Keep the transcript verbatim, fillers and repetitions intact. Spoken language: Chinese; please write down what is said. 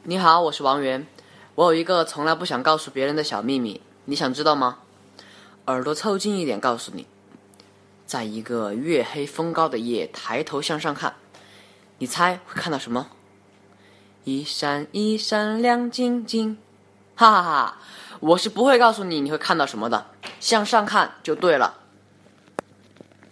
你好，我是王源。我有一个从来不想告诉别人的小秘密，你想知道吗？耳朵凑近一点，告诉你，在一个月黑风高的夜，抬头向上看，你猜会看到什么？一闪一闪亮晶晶，哈哈哈！我是不会告诉你你会看到什么的，向上看就对了。